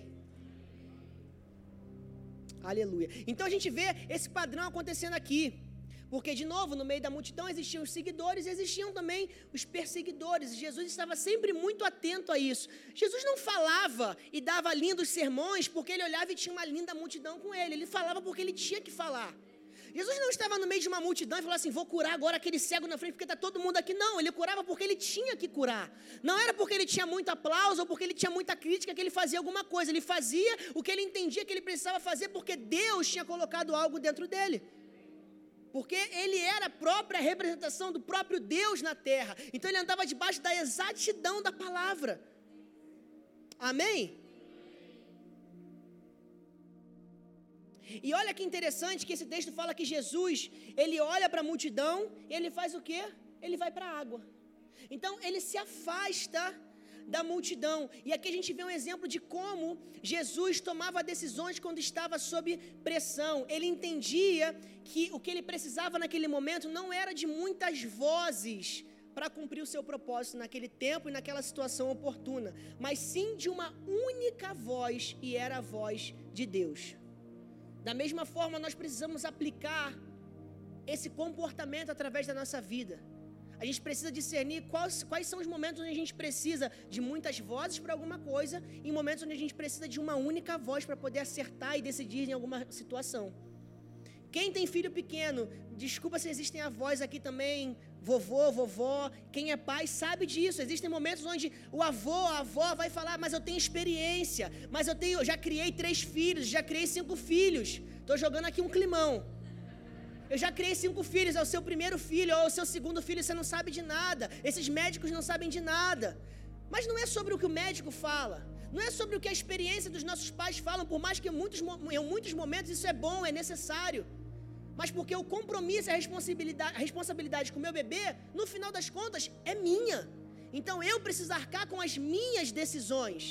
Aleluia. Então a gente vê esse padrão acontecendo aqui. Porque, de novo, no meio da multidão existiam os seguidores e existiam também os perseguidores. Jesus estava sempre muito atento a isso. Jesus não falava e dava lindos sermões porque ele olhava e tinha uma linda multidão com ele. Ele falava porque ele tinha que falar. Jesus não estava no meio de uma multidão e falava assim, vou curar agora aquele cego na frente porque está todo mundo aqui. Não, ele curava porque ele tinha que curar. Não era porque ele tinha muito aplauso ou porque ele tinha muita crítica que ele fazia alguma coisa. Ele fazia o que ele entendia que ele precisava fazer porque Deus tinha colocado algo dentro dele. Porque ele era a própria representação do próprio Deus na terra. Então ele andava debaixo da exatidão da palavra. Amém? E olha que interessante que esse texto fala que Jesus, ele olha para a multidão e ele faz o quê? Ele vai para a água. Então ele se afasta da multidão. E aqui a gente vê um exemplo de como Jesus tomava decisões quando estava sob pressão. Ele entendia que o que ele precisava naquele momento não era de muitas vozes para cumprir o seu propósito naquele tempo e naquela situação oportuna, mas sim de uma única voz, e era a voz de Deus. Da mesma forma, nós precisamos aplicar esse comportamento através da nossa vida. A gente precisa discernir quais, quais são os momentos onde a gente precisa de muitas vozes para alguma coisa e momentos onde a gente precisa de uma única voz para poder acertar e decidir em alguma situação. Quem tem filho pequeno, desculpa se existem avós aqui também, vovô, vovó, quem é pai sabe disso. Existem momentos onde o avô, a avó vai falar, mas eu tenho experiência, mas eu tenho, já criei três filhos, já criei cinco filhos. Estou jogando aqui um climão. Eu já criei cinco filhos, é o seu primeiro filho, ou o seu segundo filho, você não sabe de nada. Esses médicos não sabem de nada. Mas não é sobre o que o médico fala. Não é sobre o que a experiência dos nossos pais falam, por mais que em muitos, em muitos momentos isso é bom, é necessário. Mas porque o compromisso e a responsabilidade, a responsabilidade com o meu bebê, no final das contas, é minha. Então eu preciso arcar com as minhas decisões.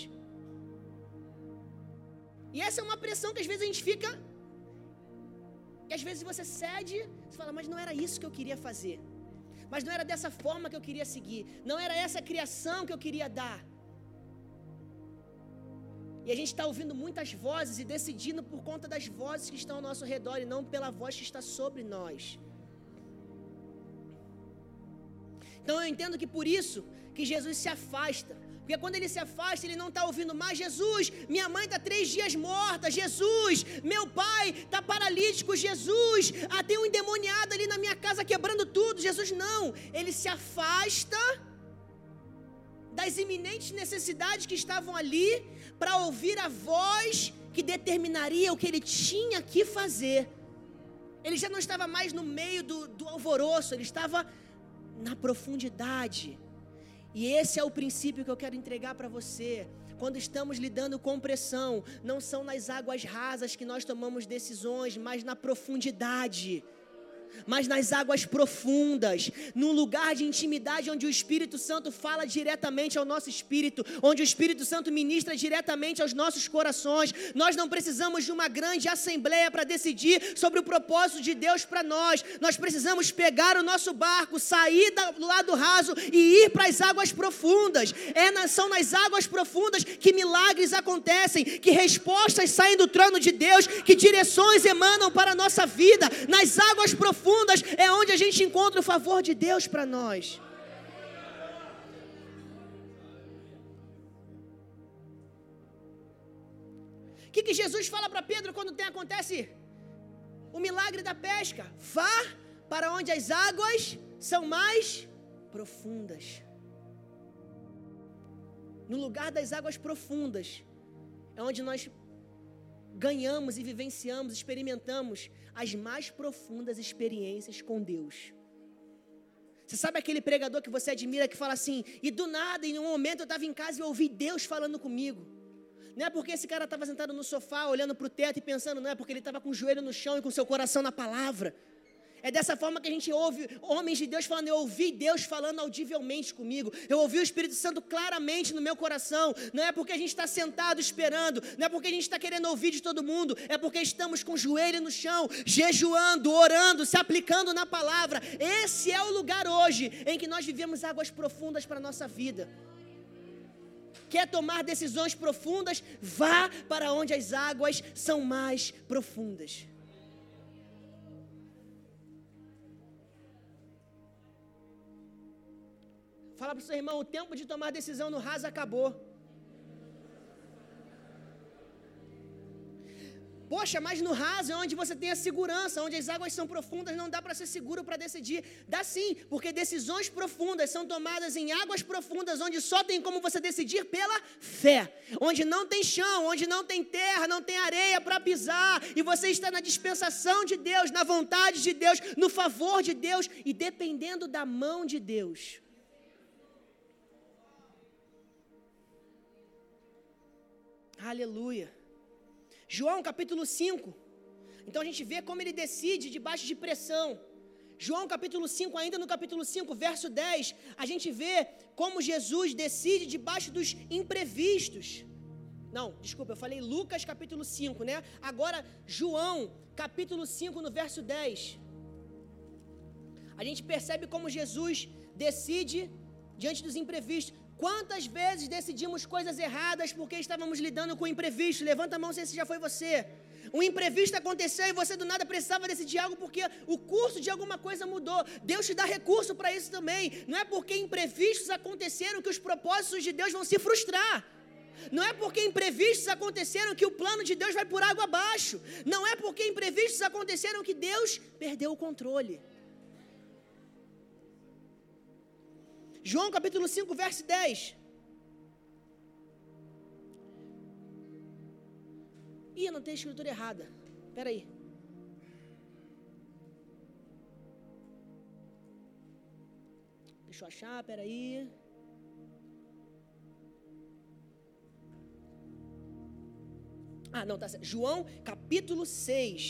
E essa é uma pressão que às vezes a gente fica... que às vezes você cede, você fala, mas não era isso que eu queria fazer. Mas não era dessa forma que eu queria seguir. Não era essa a criação que eu queria dar. E a gente está ouvindo muitas vozes e decidindo por conta das vozes que estão ao nosso redor e não pela voz que está sobre nós. Então eu entendo que por isso que Jesus se afasta. Porque quando ele se afasta, ele não está ouvindo mais. Jesus, minha mãe está três dias morta. Jesus, meu pai está paralítico. Jesus, ah, tem um endemoniado ali na minha casa quebrando tudo. Jesus, não. Ele se afasta das iminentes necessidades que estavam ali para ouvir a voz que determinaria o que ele tinha que fazer. Ele já não estava mais no meio do, do alvoroço, ele estava na profundidade. E esse é o princípio que eu quero entregar para você. Quando estamos lidando com pressão, não são nas águas rasas que nós tomamos decisões, mas na profundidade. Mas nas águas profundas, num lugar de intimidade onde o Espírito Santo fala diretamente ao nosso espírito, onde o Espírito Santo ministra diretamente aos nossos corações. Nós não precisamos de uma grande assembleia para decidir sobre o propósito de Deus para nós. Nós precisamos pegar o nosso barco, sair do lado raso e ir para as águas profundas. É na, são nas águas profundas que milagres acontecem, que respostas saem do trono de Deus, que direções emanam para a nossa vida. Nas águas profundas é onde a gente encontra o favor de Deus para nós. O que, que Jesus fala para Pedro quando tem, acontece o milagre da pesca? Vá para onde as águas são mais profundas. no lugar das águas profundas, é onde nós ganhamos e vivenciamos, experimentamos as mais profundas experiências com Deus. Você sabe aquele pregador que você admira que fala assim, e do nada, em um momento eu estava em casa e eu ouvi Deus falando comigo. Não é porque esse cara estava sentado no sofá, olhando para o teto e pensando, não é porque ele estava com o joelho no chão e com o seu coração na palavra. É dessa forma que a gente ouve homens de Deus falando, eu ouvi Deus falando audivelmente comigo, eu ouvi o Espírito Santo claramente no meu coração. Não é porque a gente está sentado esperando, não é porque a gente está querendo ouvir de todo mundo, é porque estamos com o joelho no chão, jejuando, orando, se aplicando na palavra. Esse é o lugar hoje em que nós vivemos águas profundas para a nossa vida. Quer tomar decisões profundas? Vá para onde as águas são mais profundas. Fala para o seu irmão, o tempo de tomar decisão no raso acabou. Poxa, mas no raso é onde você tem a segurança, onde as águas são profundas, não dá para ser seguro para decidir. Dá sim, porque decisões profundas são tomadas em águas profundas, onde só tem como você decidir pela fé. Onde não tem chão, onde não tem terra, não tem areia para pisar, e você está na dispensação de Deus, na vontade de Deus, no favor de Deus, e dependendo da mão de Deus. Aleluia. João capítulo cinco, então a gente vê como ele decide debaixo de pressão. João capítulo cinco, ainda no capítulo cinco, verso dez, a gente vê como Jesus decide debaixo dos imprevistos. Não, desculpa, eu falei Lucas capítulo cinco, né? Agora João capítulo cinco, no verso dez. A gente percebe como Jesus decide diante dos imprevistos. Quantas vezes decidimos coisas erradas porque estávamos lidando com o imprevisto? Levanta a mão se esse já foi você. Um imprevisto aconteceu e você do nada precisava decidir algo porque o curso de alguma coisa mudou. Deus te dá recurso para isso também. Não é porque imprevistos aconteceram que os propósitos de Deus vão se frustrar. Não é porque imprevistos aconteceram que o plano de Deus vai por água abaixo. Não é porque imprevistos aconteceram que Deus perdeu o controle. João capítulo cinco, verso dez. Ih, não tem escritura errada. Espera aí. Deixa eu achar, espera aí. Ah, não, tá certo. João capítulo seis.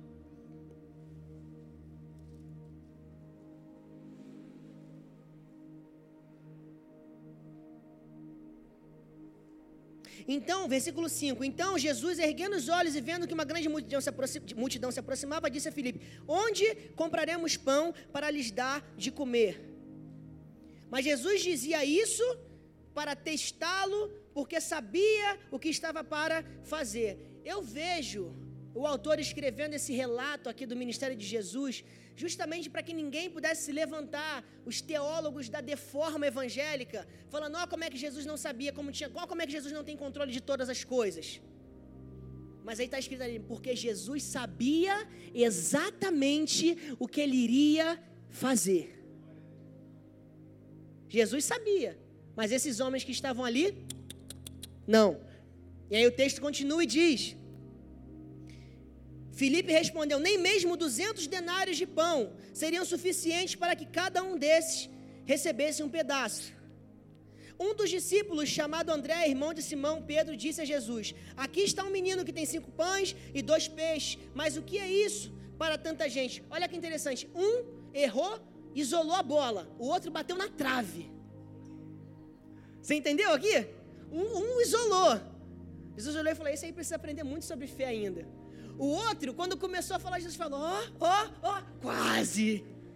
Então, versículo cinco, então Jesus, erguendo os olhos e vendo que uma grande multidão se, aproxima, multidão se aproximava, disse a Filipe, onde compraremos pão para lhes dar de comer? Mas Jesus dizia isso para testá-lo, porque sabia o que estava para fazer. Eu vejo o autor escrevendo esse relato aqui do ministério de Jesus, justamente para que ninguém pudesse se levantar, os teólogos da deforma evangélica, falando, ó, oh, como é que Jesus não sabia, como tinha, ó, como é que Jesus não tem controle de todas as coisas. Mas aí está escrito ali, porque Jesus sabia exatamente o que ele iria fazer. Jesus sabia, mas esses homens que estavam ali, não. E aí o texto continua e diz, Filipe respondeu, nem mesmo duzentos denários de pão seriam suficientes para que cada um desses recebesse um pedaço. Um dos discípulos, chamado André, irmão de Simão Pedro, disse a Jesus, aqui está um menino que tem cinco pães e dois peixes, mas o que é isso para tanta gente? Olha que interessante, um errou, isolou a bola, o outro bateu na trave. Você entendeu aqui? Um, um isolou. Jesus olhou e falou, esse aí precisa aprender muito sobre fé ainda. O outro, quando começou a falar, Jesus falou, ó, ó, ó, quase.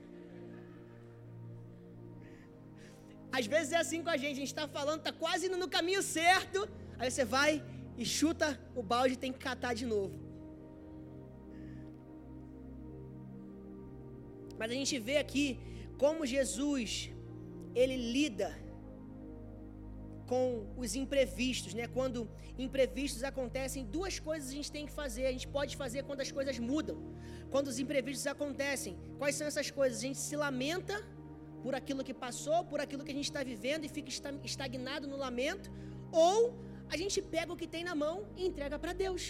Às vezes é assim com a gente, a gente está falando, está quase indo no caminho certo, aí você vai e chuta o balde e tem que catar de novo. Mas a gente vê aqui como Jesus, ele lida com os imprevistos, né? Quando imprevistos acontecem, duas coisas a gente tem que fazer. A gente pode fazer quando as coisas mudam. Quando os imprevistos acontecem, quais são essas coisas? A gente se lamenta por aquilo que passou, por aquilo que a gente está vivendo e fica estagnado no lamento, ou a gente pega o que tem na mão e entrega para Deus.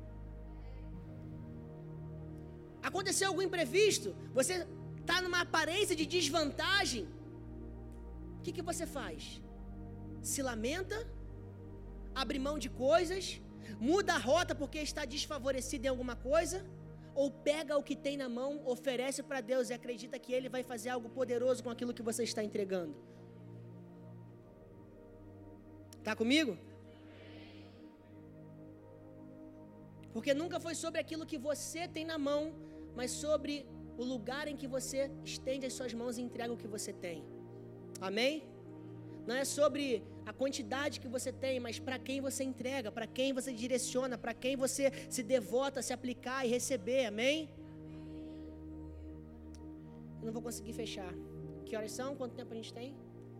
Aconteceu algum imprevisto, você está numa aparência de desvantagem, o que, que você faz? Se lamenta, abre mão de coisas, muda a rota porque está desfavorecido em alguma coisa, ou pega o que tem na mão, oferece para Deus e acredita que Ele vai fazer algo poderoso com aquilo que você está entregando. Está comigo? Porque nunca foi sobre aquilo que você tem na mão, mas sobre o lugar em que você estende as suas mãos e entrega o que você tem. Amém? Não é sobre a quantidade que você tem, mas para quem você entrega, para quem você direciona, para quem você se devota a se aplicar e receber. Amém? Eu não vou conseguir fechar. Que horas são? Quanto tempo a gente tem?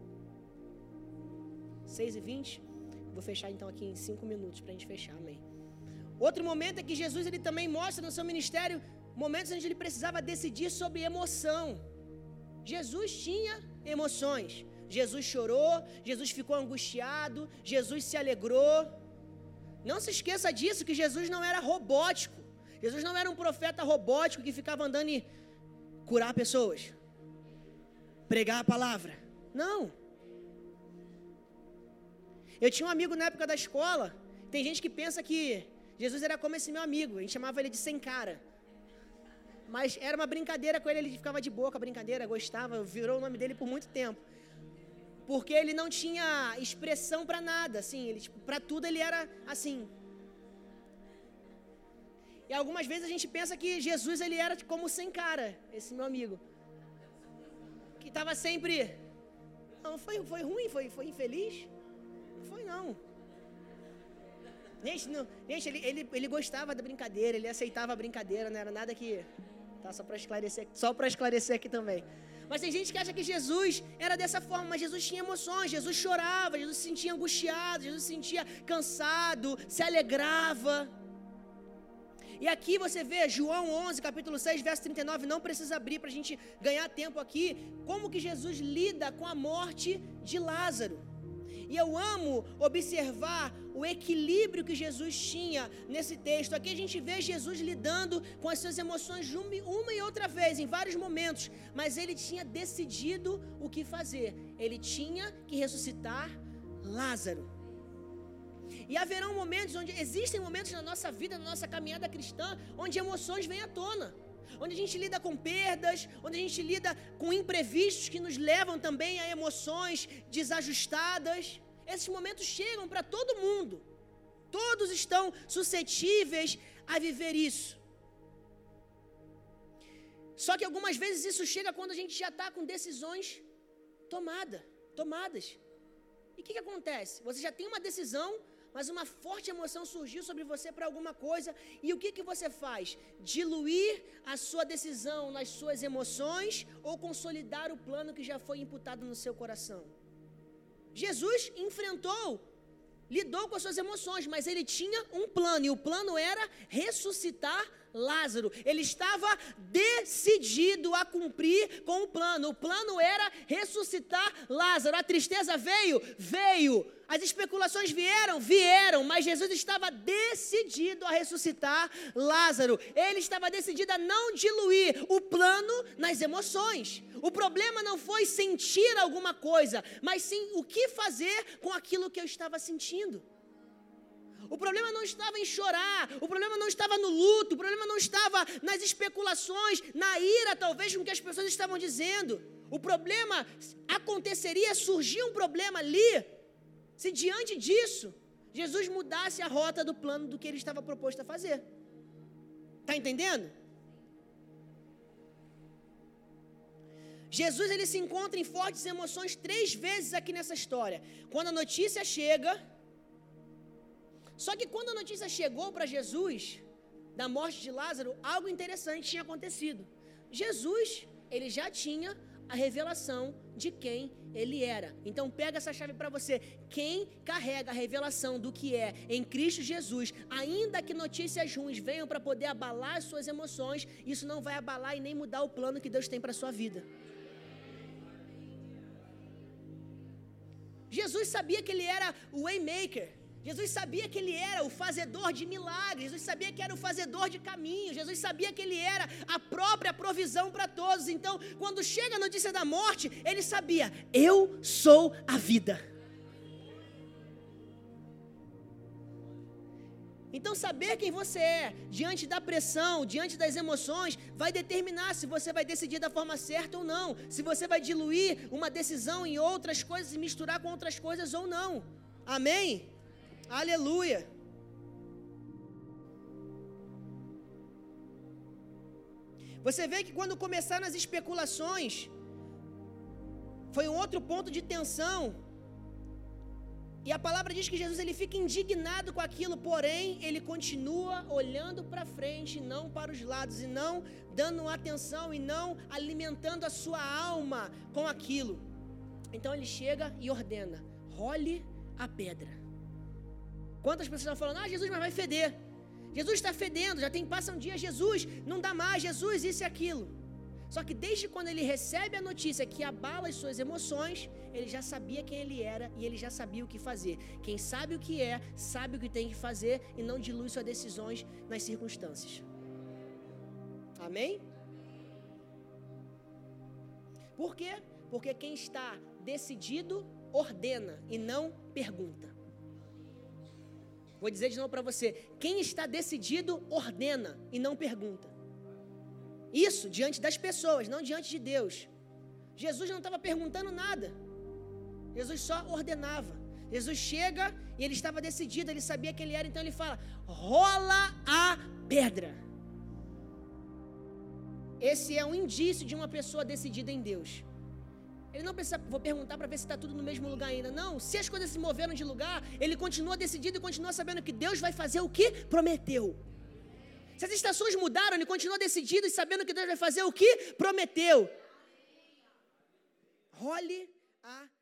seis e vinte? Vou fechar então aqui em cinco minutos para a gente fechar. Amém? Outro momento é que Jesus ele também mostra no seu ministério momentos onde ele precisava decidir sobre emoção. Jesus tinha emoções. Jesus chorou, Jesus ficou angustiado, Jesus se alegrou. Não se esqueça disso, que Jesus não era robótico. Jesus não era um profeta robótico que ficava andando e curar pessoas, pregar a palavra. Não. Eu tinha um amigo na época da escola. Tem gente que pensa que Jesus era como esse meu amigo, a gente chamava ele de sem cara. Mas era uma brincadeira com ele, ele ficava de boa com a brincadeira, gostava, virou o nome dele por muito tempo. Porque ele não tinha expressão para nada, assim, ele, tipo, para tudo ele era assim. E algumas vezes a gente pensa que Jesus ele era como sem cara, esse meu amigo. Que estava sempre... Não, foi, foi ruim, foi, foi infeliz? Não foi não. Gente, não, gente ele, ele, ele gostava da brincadeira, ele aceitava a brincadeira, não era nada que... Tá, só para esclarecer, só para esclarecer aqui também. Mas tem gente que acha que Jesus era dessa forma, mas Jesus tinha emoções, Jesus chorava, Jesus se sentia angustiado, Jesus se sentia cansado, se alegrava. E aqui você vê João onze, capítulo seis, verso trinta e nove, não precisa abrir para a gente ganhar tempo aqui, como que Jesus lida com a morte de Lázaro. E eu amo observar o equilíbrio que Jesus tinha nesse texto. Aqui a gente vê Jesus lidando com as suas emoções uma e outra vez, em vários momentos. Mas ele tinha decidido o que fazer. Ele tinha que ressuscitar Lázaro. E haverão momentos onde, existem momentos na nossa vida, na nossa caminhada cristã, onde emoções vêm à tona. Onde a gente lida com perdas, onde a gente lida com imprevistos que nos levam também a emoções desajustadas. Esses momentos chegam para todo mundo. Todos estão suscetíveis a viver isso. Só que algumas vezes isso chega quando a gente já está com decisões tomada, tomadas. E o que, que acontece? Você já tem uma decisão, mas uma forte emoção surgiu sobre você para alguma coisa, e o que, que você faz? Diluir a sua decisão nas suas emoções ou consolidar o plano que já foi imputado no seu coração? Jesus enfrentou, lidou com as suas emoções, mas ele tinha um plano, e o plano era ressuscitar Lázaro. Ele estava decidido a cumprir com o plano. O plano era ressuscitar Lázaro. A tristeza veio? Veio. As especulações vieram? Vieram. Mas Jesus estava decidido a ressuscitar Lázaro. Ele estava decidido a não diluir o plano nas emoções. O problema não foi sentir alguma coisa, mas sim o que fazer com aquilo que eu estava sentindo. O problema não estava em chorar, o problema não estava no luto, o problema não estava nas especulações, na ira talvez com que as pessoas estavam dizendo. O problema aconteceria, surgia um problema ali, se diante disso, Jesus mudasse a rota do plano do que ele estava proposto a fazer. Está entendendo? Jesus ele se encontra em fortes emoções três vezes aqui nessa história. Quando a notícia chega... Só que quando a notícia chegou para Jesus, da morte de Lázaro, algo interessante tinha acontecido. Jesus, ele já tinha a revelação de quem ele era. Então pega essa chave para você. Quem carrega a revelação do que é em Cristo Jesus, ainda que notícias ruins venham para poder abalar as suas emoções, isso não vai abalar e nem mudar o plano que Deus tem para a sua vida. Jesus sabia que ele era o waymaker. Jesus sabia que ele era o fazedor de milagres. Jesus sabia que era o fazedor de caminhos. Jesus sabia que ele era a própria provisão para todos. Então, quando chega a notícia da morte, ele sabia: eu sou a vida. Então, saber quem você é, diante da pressão, diante das emoções, vai determinar se você vai decidir da forma certa ou não. Se você vai diluir uma decisão em outras coisas e misturar com outras coisas ou não. Amém? Aleluia. Você vê que quando começaram as especulações, foi um outro ponto de tensão. E a palavra diz que Jesus ele fica indignado com aquilo, porém ele continua olhando para frente, não para os lados, e não dando atenção e não alimentando a sua alma com aquilo. Então ele chega e ordena: role a pedra. Quantas pessoas estão falando: ah, Jesus, mas vai feder. Jesus está fedendo, já tem, passa um dia, Jesus, não dá mais, Jesus, isso e aquilo. Só que desde quando ele recebe a notícia que abala as suas emoções, ele já sabia quem ele era e ele já sabia o que fazer. Quem sabe o que é, sabe o que tem que fazer e não dilui suas decisões nas circunstâncias. Amém? Por quê? Porque quem está decidido, ordena e não pergunta. Vou dizer de novo para você: quem está decidido, ordena e não pergunta. Isso diante das pessoas, não diante de Deus. Jesus não estava perguntando nada. Jesus só ordenava. Jesus chega e ele estava decidido, ele sabia quem ele era, então ele fala: rola a pedra. Esse é um indício de uma pessoa decidida em Deus. Ele não precisa, vou perguntar para ver se está tudo no mesmo lugar ainda. Não, se as coisas se moveram de lugar, ele continua decidido e continua sabendo que Deus vai fazer o que prometeu. Se as estações mudaram, ele continua decidido e sabendo que Deus vai fazer o que prometeu. Role a